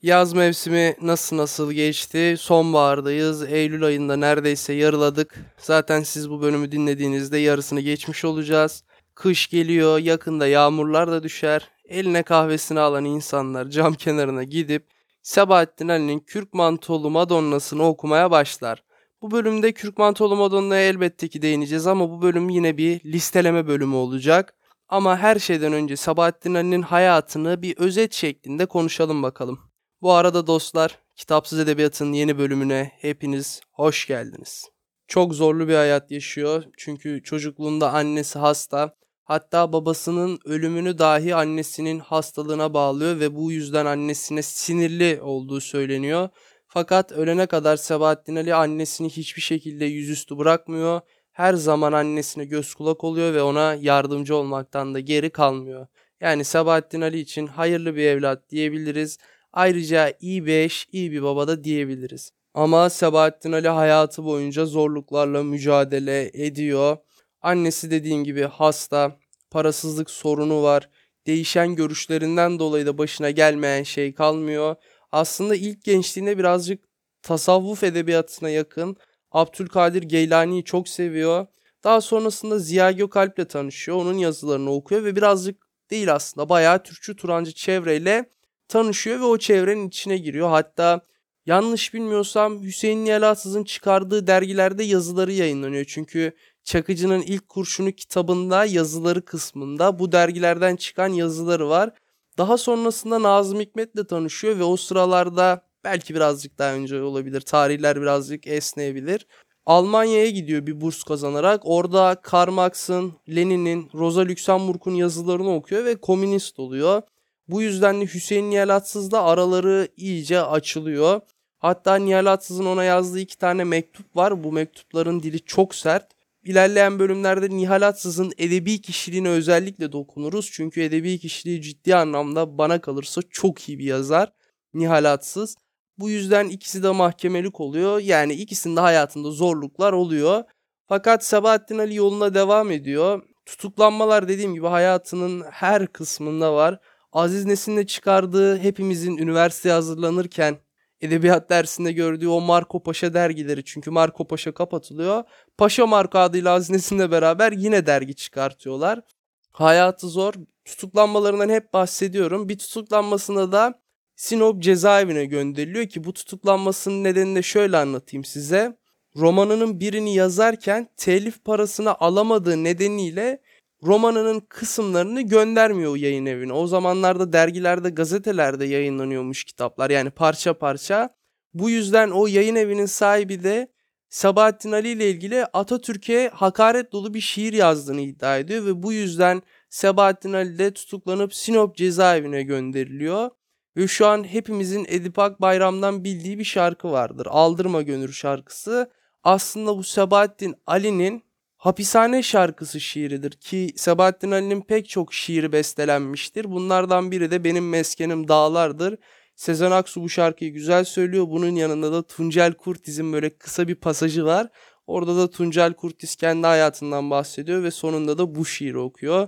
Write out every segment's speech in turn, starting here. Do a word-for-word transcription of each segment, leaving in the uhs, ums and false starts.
Yaz mevsimi nasıl nasıl geçti? Sonbahardayız. Eylül ayında neredeyse yarıladık. Zaten siz bu bölümü dinlediğinizde yarısını geçmiş olacağız. Kış geliyor, yakında yağmurlar da düşer. Eline kahvesini alan insanlar cam kenarına gidip Sabahattin Ali'nin Kürk Mantolu Madonna'sını okumaya başlar. Bu bölümde Kürk Mantolu Madonna'ya elbette ki değineceğiz ama bu bölüm yine bir listeleme bölümü olacak. Ama her şeyden önce Sabahattin Ali'nin hayatını bir özet şeklinde konuşalım bakalım. Bu arada dostlar, Kitapsız Edebiyat'ın yeni bölümüne hepiniz hoş geldiniz. Çok zorlu bir hayat yaşıyor çünkü çocukluğunda annesi hasta. Hatta babasının ölümünü dahi annesinin hastalığına bağlıyor ve bu yüzden annesine sinirli olduğu söyleniyor. Fakat ölene kadar Sabahattin Ali annesini hiçbir şekilde yüzüstü bırakmıyor. Her zaman annesine göz kulak oluyor ve ona yardımcı olmaktan da geri kalmıyor. Yani Sabahattin Ali için hayırlı bir evlat diyebiliriz. Ayrıca iyi bir eş, iyi bir baba da diyebiliriz. Ama Sabahattin Ali hayatı boyunca zorluklarla mücadele ediyor. Annesi dediğim gibi hasta, parasızlık sorunu var. Değişen görüşlerinden dolayı da başına gelmeyen şey kalmıyor. Aslında ilk gençliğinde birazcık tasavvuf edebiyatına yakın. Abdülkadir Geylani'yi çok seviyor. Daha sonrasında Ziya Gökalp'le tanışıyor. Onun yazılarını okuyor ve birazcık değil aslında bayağı Türkçü Turancı çevreyle tanışıyor ve o çevrenin içine giriyor. Hatta yanlış bilmiyorsam Hüseyin Niyalasız'ın çıkardığı dergilerde yazıları yayınlanıyor. Çünkü Çakıcı'nın ilk kurşunu kitabında yazıları kısmında bu dergilerden çıkan yazıları var. Daha sonrasında Nazım Hikmet'le tanışıyor ve o sıralarda belki birazcık daha önce olabilir. Tarihler birazcık esneyebilir. Almanya'ya gidiyor bir burs kazanarak. Orada Karl Marx'ın, Lenin'in, Rosa Luxemburg'un yazılarını okuyor ve komünist oluyor. Bu yüzden de Hüseyin Niyalatsız'la araları iyice açılıyor. Hatta Niyalatsız'ın ona yazdığı iki tane mektup var. Bu mektupların dili çok sert. İlerleyen bölümlerde Nihalatsız'ın edebi kişiliğine özellikle dokunuruz. Çünkü edebi kişiliği ciddi anlamda bana kalırsa çok iyi bir yazar Nihalatsız. Bu yüzden ikisi de mahkemelik oluyor. Yani ikisinin de hayatında zorluklar oluyor. Fakat Sabahattin Ali yoluna devam ediyor. Tutuklanmalar dediğim gibi hayatının her kısmında var. Aziz Nesin'le çıkardığı hepimizin üniversiteye hazırlanırken edebiyat dersinde gördüğü o Marco Paşa dergileri. Çünkü Marco Paşa kapatılıyor. Paşa Marco adıyla Aziz Nesin'le beraber yine dergi çıkartıyorlar. Hayatı zor. Tutuklanmalarından hep bahsediyorum. Bir tutuklanmasında da Sinop cezaevine gönderiliyor ki bu tutuklanmasının nedenini de şöyle anlatayım size. Romanının birini yazarken telif parasını alamadığı nedeniyle romanının kısımlarını göndermiyor o yayın evine. O zamanlarda dergilerde, gazetelerde yayınlanıyormuş kitaplar. Yani parça parça. Bu yüzden o yayın evinin sahibi de Sabahattin Ali ile ilgili Atatürk'e hakaret dolu bir şiir yazdığını iddia ediyor ve bu yüzden Sabahattin Ali de tutuklanıp Sinop cezaevine gönderiliyor. Ve şu an hepimizin Edip Akbayram'dan bildiği bir şarkı vardır. Aldırma Gönül şarkısı. Aslında bu Sabahattin Ali'nin hapishane şarkısı şiiridir ki Sabahattin Ali'nin pek çok şiiri bestelenmiştir. Bunlardan biri de Benim Meskenim Dağlardır. Sezen Aksu bu şarkıyı güzel söylüyor. Bunun yanında da Tuncel Kurtiz'in böyle kısa bir pasajı var. Orada da Tuncel Kurtiz kendi hayatından bahsediyor ve sonunda da bu şiiri okuyor.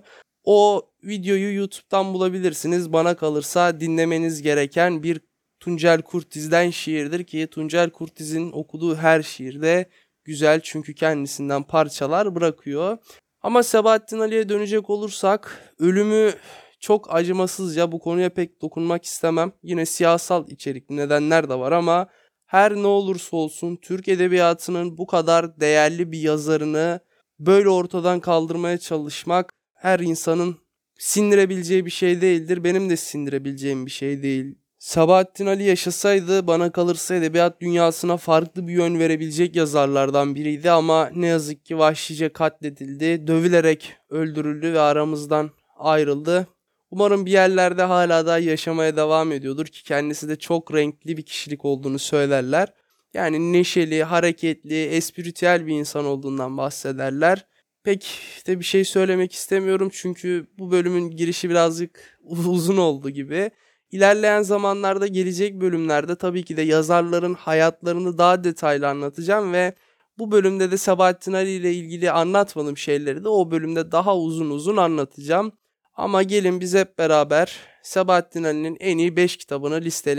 O videoyu YouTube'dan bulabilirsiniz. Bana kalırsa dinlemeniz gereken bir Tuncel Kurtiz'den şiirdir ki Tuncel Kurtiz'in okuduğu her şiirde güzel çünkü kendisinden parçalar bırakıyor. Ama Sabahattin Ali'ye dönecek olursak ölümü çok acımasızca, bu konuya pek dokunmak istemem. Yine siyasal içerikli nedenler de var ama her ne olursa olsun Türk edebiyatının bu kadar değerli bir yazarını böyle ortadan kaldırmaya çalışmak her insanın sindirebileceği bir şey değildir. Benim de sindirebileceğim bir şey değil. Sabahattin Ali yaşasaydı bana kalırsa edebiyat dünyasına farklı bir yön verebilecek yazarlardan biriydi ama ne yazık ki vahşice katledildi, dövülerek öldürüldü ve aramızdan ayrıldı. Umarım bir yerlerde hala da yaşamaya devam ediyordur ki kendisi de çok renkli bir kişilik olduğunu söylerler. Yani neşeli, hareketli, espritüel bir insan olduğundan bahsederler. Pek de bir şey söylemek istemiyorum çünkü bu bölümün girişi birazcık uzun oldu gibi. İlerleyen zamanlarda gelecek bölümlerde tabii ki de yazarların hayatlarını daha detaylı anlatacağım ve bu bölümde de Sabahattin Ali ile ilgili anlatmadığım şeyleri de o bölümde daha uzun uzun anlatacağım. Ama gelin biz hep beraber Sabahattin Ali'nin en iyi beş kitabını listeleyelim.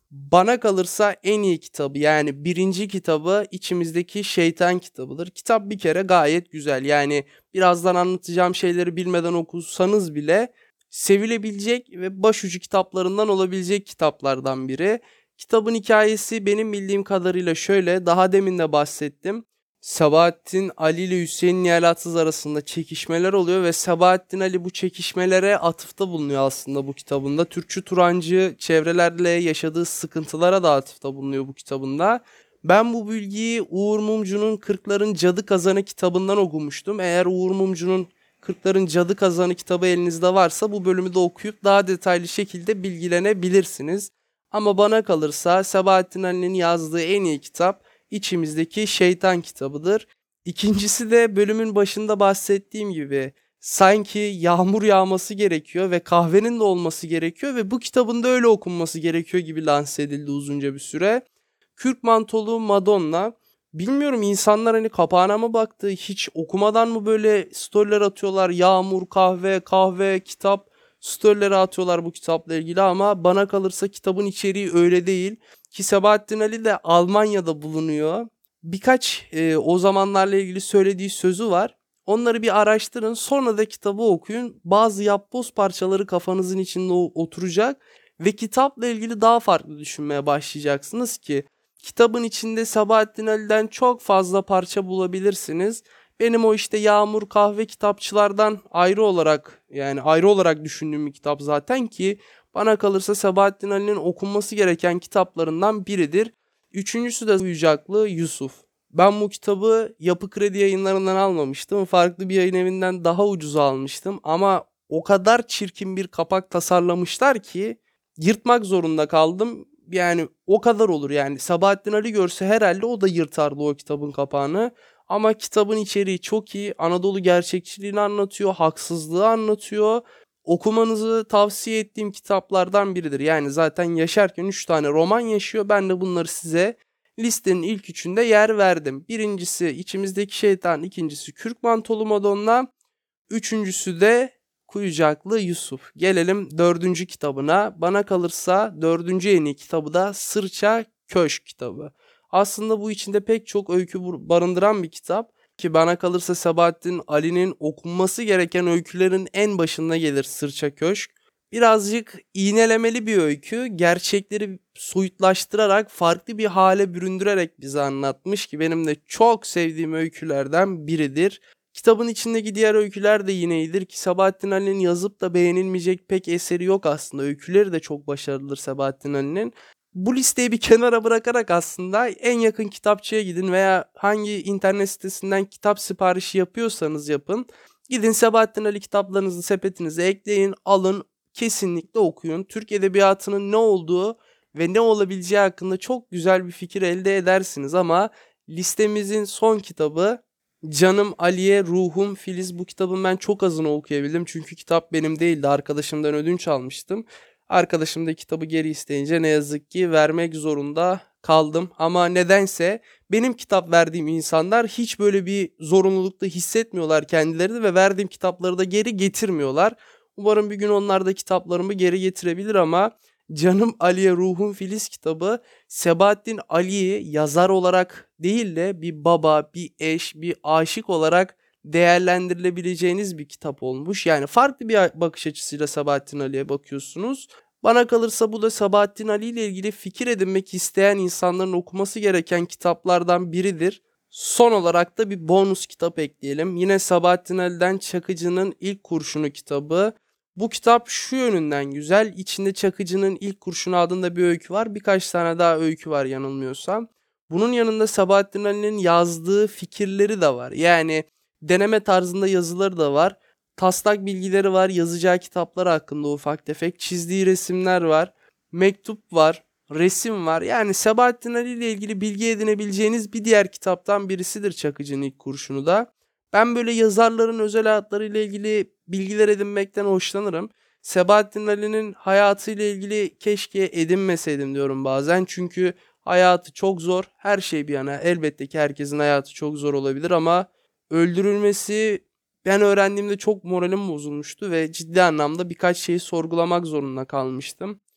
Bana kalırsa en iyi kitabı, yani birinci kitabı İçimizdeki Şeytan kitabıdır. Kitap bir kere gayet güzel. Yani birazdan anlatacağım şeyleri bilmeden okusanız bile sevilebilecek ve başucu kitaplarından olabilecek kitaplardan biri. Kitabın hikayesi benim bildiğim kadarıyla şöyle, daha demin de bahsettim. Sabahattin Ali ile Hüseyin Nihallatsız arasında çekişmeler oluyor ve Sabahattin Ali bu çekişmelere atıfta bulunuyor aslında bu kitabında. Türkçü Turancı çevrelerle yaşadığı sıkıntılara da atıfta bulunuyor bu kitabında. Ben bu bilgiyi Uğur Mumcu'nun Kırkların Cadı Kazanı kitabından okumuştum. Eğer Uğur Mumcu'nun Kırkların Cadı Kazanı kitabı elinizde varsa bu bölümü de okuyup daha detaylı şekilde bilgilenebilirsiniz. Ama bana kalırsa Sabahattin Ali'nin yazdığı en iyi kitap İçimizdeki Şeytan kitabıdır. İkincisi de bölümün başında bahsettiğim gibi sanki yağmur yağması gerekiyor ve kahvenin de olması gerekiyor ve bu kitabın da öyle okunması gerekiyor gibi lanse edildi uzunca bir süre. Kürk Mantolu Madonna. Bilmiyorum, insanlar hani kapağına mı baktı, hiç okumadan mı böyle storyler atıyorlar, yağmur, kahve, kahve, kitap storyleri atıyorlar bu kitapla ilgili, ama bana kalırsa kitabın içeriği öyle değil. Ki Sabahattin Ali de Almanya'da bulunuyor. Birkaç e, o zamanlarla ilgili söylediği sözü var. Onları bir araştırın, sonra da kitabı okuyun. Bazı yapboz parçaları kafanızın içinde oturacak ve kitapla ilgili daha farklı düşünmeye başlayacaksınız ki kitabın içinde Sabahattin Ali'den çok fazla parça bulabilirsiniz. Benim o işte Yağmur Kahve kitapçılardan ayrı olarak, yani ayrı olarak düşündüğüm bir kitap zaten, ki bana kalırsa Sabahattin Ali'nin okunması gereken kitaplarından biridir. Üçüncüsü de Uyuyacaklı Yusuf. Ben bu kitabı Yapı Kredi Yayınlarından almamıştım. Farklı bir yayın evinden daha ucuza almıştım. Ama o kadar çirkin bir kapak tasarlamışlar ki yırtmak zorunda kaldım. Yani o kadar olur yani. Sabahattin Ali görse herhalde o da yırtardı o kitabın kapağını. Ama kitabın içeriği çok iyi. Anadolu gerçekçiliğini anlatıyor, haksızlığı anlatıyor. Okumanızı tavsiye ettiğim kitaplardan biridir. Yani zaten yaşarken üç tane roman yaşıyor. Ben de bunları size listenin ilk üçünde yer verdim. Birincisi İçimizdeki Şeytan, ikincisi Kürk Mantolu Madonna, üçüncüsü de Kuyucaklı Yusuf. Gelelim dördüncü kitabına. Bana kalırsa dördüncü en iyi kitabı da Sırça Köşk kitabı. Aslında bu içinde pek çok öykü barındıran bir kitap. Ki bana kalırsa Sabahattin Ali'nin okunması gereken öykülerin en başında gelir Sırça Köşk. Birazcık iğnelemeli bir öykü. Gerçekleri soyutlaştırarak, farklı bir hale büründürerek bize anlatmış ki benim de çok sevdiğim öykülerden biridir. Kitabın içindeki diğer öyküler de yine iyidir ki Sabahattin Ali'nin yazıp da beğenilmeyecek pek eseri yok aslında. Öyküleri de çok başarılıdır Sabahattin Ali'nin. Bu listeyi bir kenara bırakarak aslında en yakın kitapçıya gidin veya hangi internet sitesinden kitap siparişi yapıyorsanız yapın. Gidin Sabahattin Ali kitaplarınızı sepetinize ekleyin, alın, kesinlikle okuyun. Türk Edebiyatı'nın ne olduğu ve ne olabileceği hakkında çok güzel bir fikir elde edersiniz, ama listemizin son kitabı Canım Aliye Ruhum Filiz. Bu kitabın ben çok azını okuyabildim çünkü kitap benim değildi, arkadaşımdan ödünç almıştım. Arkadaşım da kitabı geri isteyince ne yazık ki vermek zorunda kaldım. Ama nedense benim kitap verdiğim insanlar hiç böyle bir zorunlulukta hissetmiyorlar kendilerini ve verdiğim kitapları da geri getirmiyorlar. Umarım bir gün onlar da kitaplarımı geri getirebilir, ama Canım Aliye Ruhum Filiz kitabı Sabahattin Ali'yi yazar olarak değil de bir baba, bir eş, bir aşık olarak değerlendirilebileceğiniz bir kitap olmuş. Yani farklı bir bakış açısıyla Sabahattin Ali'ye bakıyorsunuz. Bana kalırsa bu da Sabahattin Ali ile ilgili fikir edinmek isteyen insanların okuması gereken kitaplardan biridir. Son olarak da bir bonus kitap ekleyelim. Yine Sabahattin Ali'den Çakıcı'nın İlk Kurşunu kitabı. Bu kitap şu yönünden güzel. İçinde Çakıcı'nın İlk Kurşunu adında bir öykü var. Birkaç tane daha öykü var yanılmıyorsam. Bunun yanında Sabahattin Ali'nin yazdığı fikirleri de var. Yani deneme tarzında yazıları da var. Taslak bilgileri var. Yazacağı kitaplar hakkında ufak tefek. Çizdiği resimler var. Mektup var. Resim var. Yani Sabahattin Ali ile ilgili bilgi edinebileceğiniz bir diğer kitaptan birisidir Çakıcı'nın İlk Kurşunu da. Ben böyle yazarların özel hayatlarıyla ilgili bilgiler edinmekten hoşlanırım. Sabahattin Ali'nin hayatıyla ilgili keşke edinmeseydim diyorum bazen. Çünkü hayatı çok zor. Her şey bir yana. Elbette ki herkesin hayatı çok zor olabilir, ama öldürülmesi ben öğrendiğimde çok moralim bozulmuştu ve ciddi anlamda birkaç şeyi sorgulamak zorunda kalmıştım.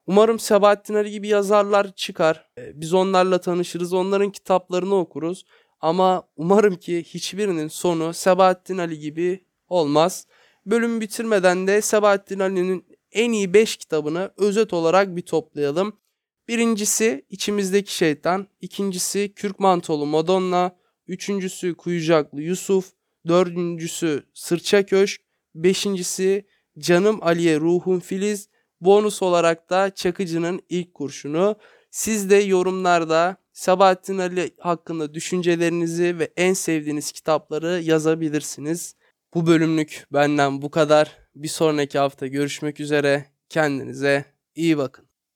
Umarım Sabahattin Ali gibi yazarlar çıkar. Eee, biz onlarla tanışırız, onların kitaplarını okuruz ama umarım ki hiçbirinin sonu Sabahattin Ali gibi olmaz. Bölümü bitirmeden de Sabahattin Ali'nin en iyi beş kitabını özet olarak bir toplayalım. Birincisi İçimizdeki Şeytan, ikincisi Kürk Mantolu Madonna, üçüncüsü Kuyucaklı Yusuf, dördüncüsü Sırça Köşk, beşincisi Canım Aliye Ruhum Filiz, bonus olarak da Çakıcı'nın ilk kurşunu. Siz de yorumlarda Sabahattin Ali hakkında düşüncelerinizi ve en sevdiğiniz kitapları yazabilirsiniz. Bu bölümlük benden bu kadar. Bir sonraki hafta görüşmek üzere. Kendinize iyi bakın.